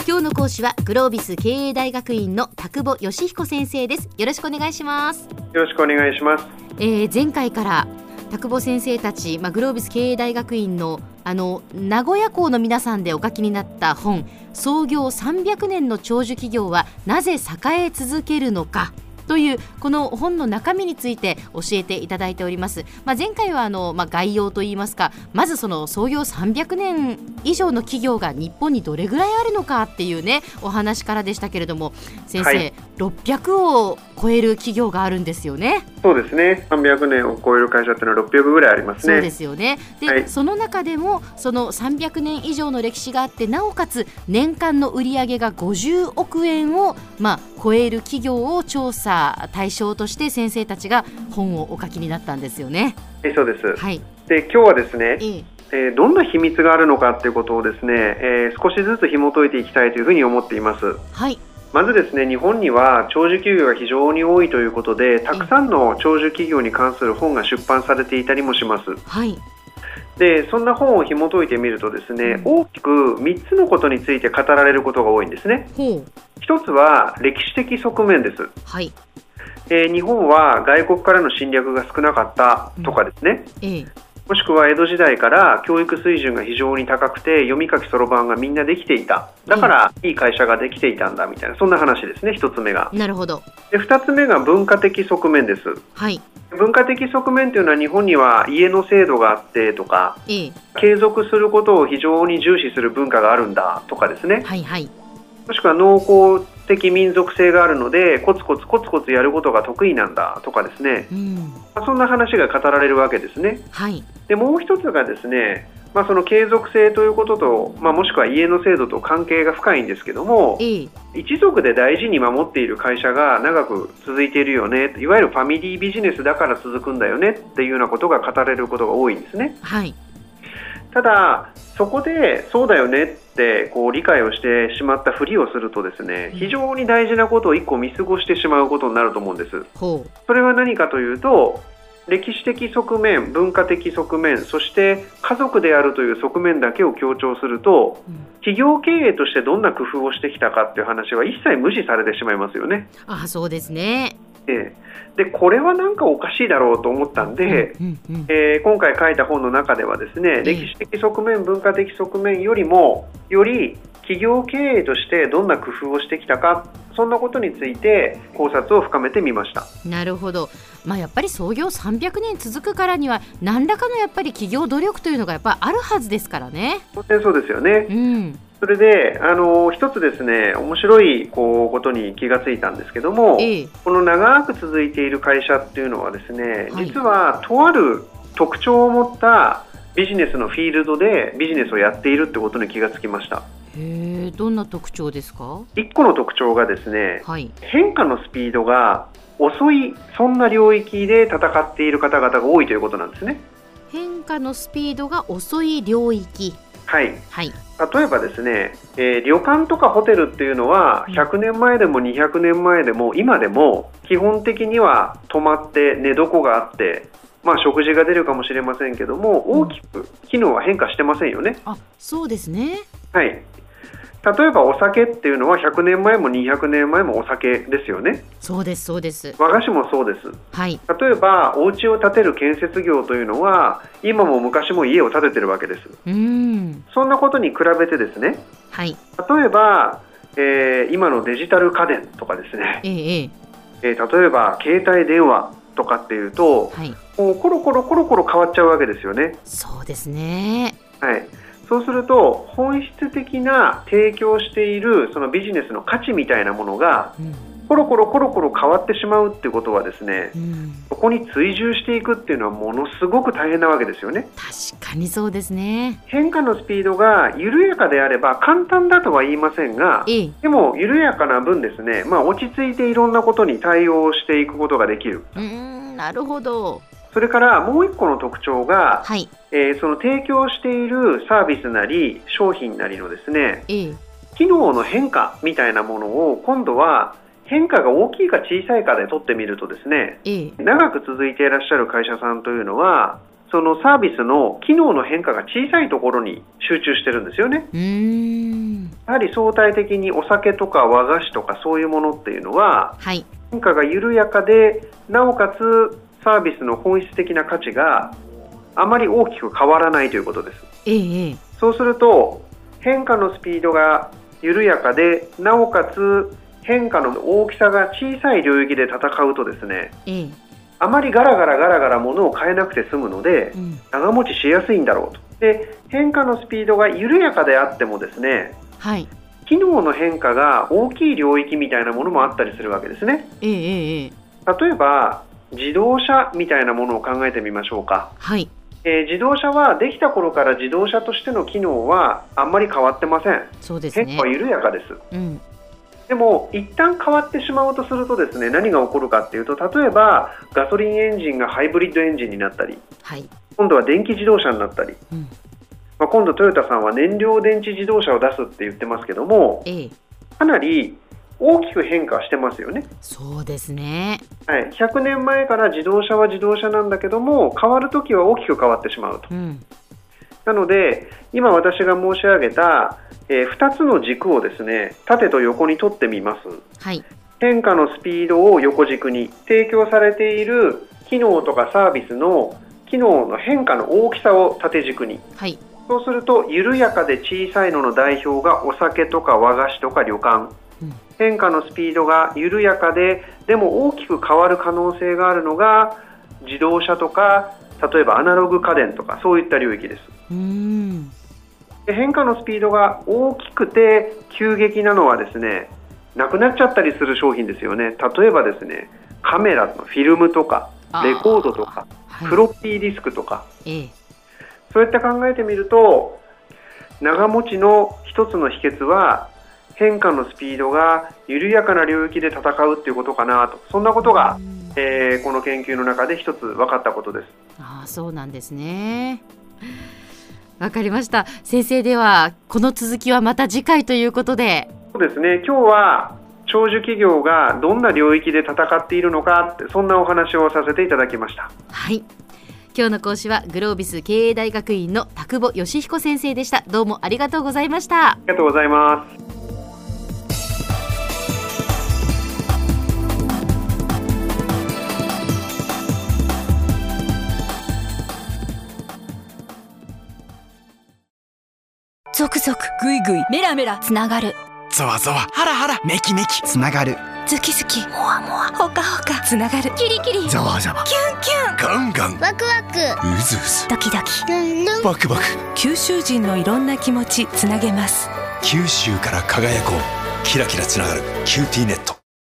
今日の講師はグロービス経営大学院の田久保義彦先生です。よろしくお願いします。 よろしくお願いします。 前回から田久保先生たち、グロービス経営大学院の名古屋校の皆さんでお書きになった本、創業300年の長寿企業はなぜ栄え続けるのかというこの本の中身について教えていただいております。前回は概要といいますか、まずその創業300年以上の企業が日本にどれぐらいあるのかっていうねお話からでしたけれども、先生、はい、600を超える企業があるんですよね。 そうですね。300年を超える会社っていうのは600ぐらいありますね。 そうですよね。で、はい、その中でもその300年以上の歴史があって、なおかつ年間の売上が50億円を超える企業を調査対象として先生たちが本をお書きになったんですよね。 そうです、 はい、 で今日はですね、どんな秘密があるのかということをですね、少しずつ紐解いていきたいというふうに思っています。 はい、 まずですね、日本には長寿企業が非常に多いということで、たくさんの長寿企業に関する本が出版されていたりもします。 はい、 でそんな本を紐解いてみるとですね、大きく3つのことについて語られることが多いんですね。一つは歴史的側面です。 はい、 日本は外国からの侵略が少なかったとかですね、もしくは江戸時代から教育水準が非常に高くて読み書きそろばんがみんなできていた、だからいい会社ができていたんだみたいな、そんな話ですね。一つ目が。 なるほど。 で二つ目が文化的側面です。 はい、 文化的側面というのは、日本には家の制度があってとか、継続することを非常に重視する文化があるんだとかですね、 はいはい、 もしくは農耕的民族性があるのでコツコツコツコツやることが得意なんだとかですね、そんな話が語られるわけですね。 はい、 でもう一つがですね、その継続性ということと、もしくは家の制度と関係が深いんですけども、一族で大事に守っている会社が長く続いているよね、いわゆるファミリービジネスだから続くんだよねっていうようなことが語られることが多いんですね。 はい、 ただそこでそうだよねって理解をしてしまったふりをするとですね、非常に大事なことを1個見過ごしてしまうことになると思うんです。それは何かというと、歴史的側面、文化的側面、そして家族であるという側面だけを強調すると、企業経営としてどんな工夫をしてきたかっていう話は一切無視されてしまいますよね。 そうですね。 でこれはなんかおかしいだろうと思ったんで、今回書いた本の中ではですね、歴史的側面、文化的側面よりもより企業経営としてどんな工夫をしてきたか、そんなことについて考察を深めてみました。なるほど。やっぱり創業300年続くからには何らかのやっぱり企業努力というのがやっぱりあるはずですからね。 当然そうですよね。それで一つですね、面白いことに気がついたんですけども、この長く続いている会社っていうのはですね、実はとある特徴を持ったビジネスのフィールドでビジネスをやっているってことに気がつきました。 どんな特徴ですか？ 一個の特徴がですね、変化のスピードが遅い、そんな領域で戦っている方々が多いということなんですね。 変化のスピードが遅い領域。 はい、例えばですね、旅館とかホテルっていうのは100年前でも200年前でも今でも基本的には泊まって寝床があって、食事が出るかもしれませんけども、大きく機能は変化してませんよね。 そうですね。 はい、例えばお酒っていうのは100年前も200年前もお酒ですよね。 そうですそうです。 和菓子もそうです。例えばお家を建てる建設業というのは今も昔も家を建ててるわけです。そんなことに比べてですね、例えば、今のデジタル家電とかですね、例えば携帯電話とかっていうと、もうコロコロ変わっちゃうわけですよね。 そうですね。 そうすると本質的な提供しているそのビジネスの価値みたいなものが、コロコロ変わってしまうっていうことはですね、そこに追従していくっていうのはものすごく大変なわけですよね。 確かにそうですね。 変化のスピードが緩やかであれば簡単だとは言いませんが、でも緩やかな分ですね、落ち着いていろんなことに対応していくことができる。 なるほど。 それからもう一個の特徴が、その提供しているサービスなり商品なりのですね、機能の変化みたいなものを今度は変化が大きいか小さいかで取ってみるとですね、長く続いていらっしゃる会社さんというのはそのサービスの機能の変化が小さいところに集中してるんですよね。 やはり相対的にお酒とか和菓子とかそういうものっていうのは、変化が緩やかで、なおかつサービスの本質的な価値があまり大きく変わらないということです。そうすると変化のスピードが緩やかで、なおかつ変化の大きさが小さい領域で戦うとですね、あまりガラガラ物を変えなくて済むので、長持ちしやすいんだろうと。で、変化のスピードが緩やかであってもですね、機能の変化が大きい領域みたいなものもあったりするわけですね。例えば自動車みたいなものを考えてみましょうか。自動車はできた頃から自動車としての機能はあんまり変わってません。変化は緩やかです。でも一旦変わってしまうとするとですね、何が起こるかっていうと、例えばガソリンエンジンがハイブリッドエンジンになったり、今度は電気自動車になったり、今度トヨタさんは燃料電池自動車を出すって言ってますけども、かなり大きく変化してますよね。 そうですね。 100年前から自動車は自動車なんだけども、変わるときは大きく変わってしまうと。なので今私が申し上げた、2つの軸をですね、縦と横に取ってみます。変化のスピードを横軸に、提供されている機能とかサービスの機能の変化の大きさを縦軸に、そうすると緩やかで小さいのの代表がお酒とか和菓子とか旅館、変化のスピードが緩やかでも大きく変わる可能性があるのが自動車とか、例えばアナログ家電とか、そういった領域です。で、変化のスピードが大きくて急激なのはですね、なくなっちゃったりする商品ですよね。例えばですね、カメラのフィルムとかレコードとか、フロッピーディスクとか、そうやって考えてみると、長持ちの一つの秘訣は変化のスピードが緩やかな領域で戦うっていうことかなと。そんなことが、この研究の中で一つ分かったことです。 そうなんですね。わかりました。先生、ではこの続きはまた次回ということで。 そうですね、今日は長寿企業がどんな領域で戦っているのかって、そんなお話をさせていただきました。 今日の講師はグロービス経営大学院の田久保義彦先生でした。どうもありがとうございました。 ありがとうございます。 ゾクゾクグイグイメラメラつながる、 ゾワゾワハラハラメキメキつながる、 ズキズキモワモワホカホカつながる、キリキリザワザワキュンキュンガンガンワクワクうずうずドキドキルンルンバクバク、 九州人のいろんな気持ちつなげます。 九州から輝こう、キラキラつながるキューティーネット。